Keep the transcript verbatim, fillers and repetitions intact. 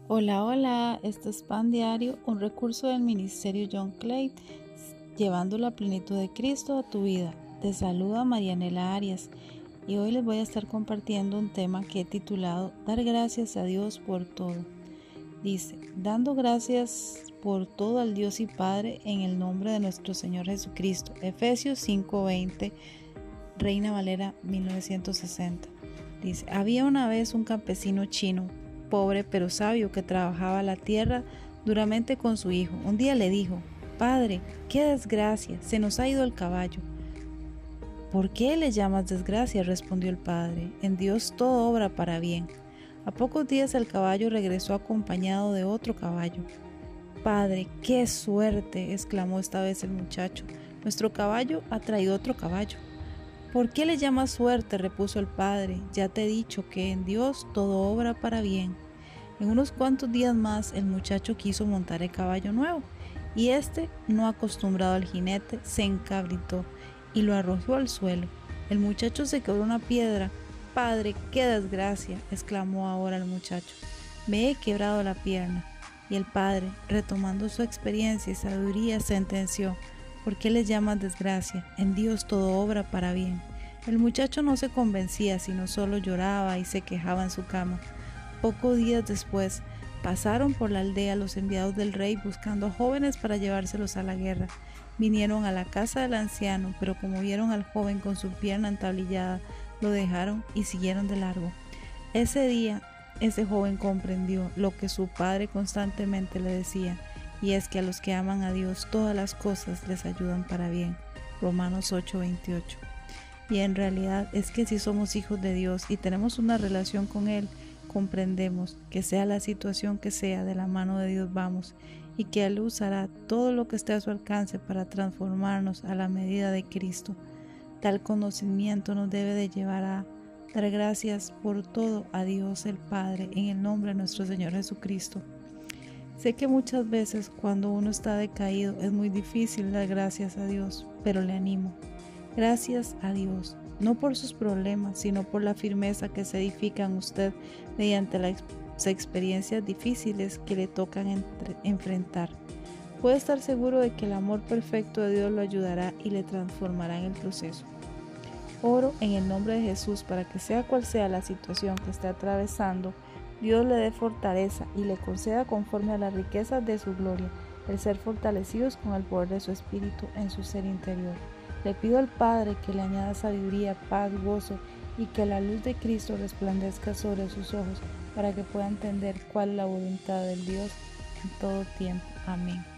Hola, hola, este es Pan Diario, un recurso del Ministerio John Clay, llevando la plenitud de Cristo a tu vida. Te saluda Marianela Arias y hoy les voy a estar compartiendo un tema que he titulado Dar gracias a Dios por todo. Dice, dando gracias por todo al Dios y Padre en el nombre de nuestro Señor Jesucristo. Efesios cinco veinte, Reina Valera mil novecientos sesenta. Dice, había una vez un campesino chino, pobre pero sabio, que trabajaba la tierra duramente con su hijo. Un día le dijo, Padre, qué desgracia, se nos ha ido el caballo. ¿Por qué le llamas desgracia?, respondió el padre. En Dios todo obra para bien. A pocos días el caballo regresó acompañado de otro caballo. Padre, qué suerte, exclamó esta vez el muchacho. Nuestro caballo ha traído otro caballo. ¿Por qué le llamas suerte?, repuso el padre. Ya te he dicho que en Dios todo obra para bien. En unos cuantos días más el muchacho quiso montar el caballo nuevo, y este, no acostumbrado al jinete, se encabritó y lo arrojó al suelo. El muchacho se quebró una piedra. Padre, qué desgracia, exclamó ahora el muchacho. Me he quebrado la pierna. Y el padre, retomando su experiencia y sabiduría, sentenció, ¿por qué les llamas desgracia? En Dios todo obra para bien. El muchacho no se convencía, sino solo lloraba y se quejaba en su cama. Pocos días después, pasaron por la aldea los enviados del rey buscando jóvenes para llevárselos a la guerra. Vinieron a la casa del anciano, pero como vieron al joven con su pierna entablillada, lo dejaron y siguieron de largo. Ese día, ese joven comprendió lo que su padre constantemente le decía, y es que a los que aman a Dios todas las cosas les ayudan para bien. Romanos ocho veintiocho. Y en realidad es que si somos hijos de Dios y tenemos una relación con Él, comprendemos que sea la situación que sea, de la mano de Dios vamos, y que Él usará todo lo que esté a su alcance para transformarnos a la medida de Cristo. Tal conocimiento nos debe de llevar a dar gracias por todo a Dios el Padre en el nombre de nuestro Señor Jesucristo. Sé que muchas veces cuando uno está decaído es muy difícil dar gracias a Dios, pero le animo. Gracias a Dios, no por sus problemas, sino por la firmeza que se edifica en usted mediante las experiencias difíciles que le tocan entre, enfrentar. Puede estar seguro de que el amor perfecto de Dios lo ayudará y le transformará en el proceso. Oro en el nombre de Jesús para que sea cual sea la situación que esté atravesando, Dios le dé fortaleza y le conceda, conforme a las riquezas de su gloria, el ser fortalecidos con el poder de su Espíritu en su ser interior. Le pido al Padre que le añada sabiduría, paz, gozo, y que la luz de Cristo resplandezca sobre sus ojos para que pueda entender cuál es la voluntad del Dios en todo tiempo. Amén.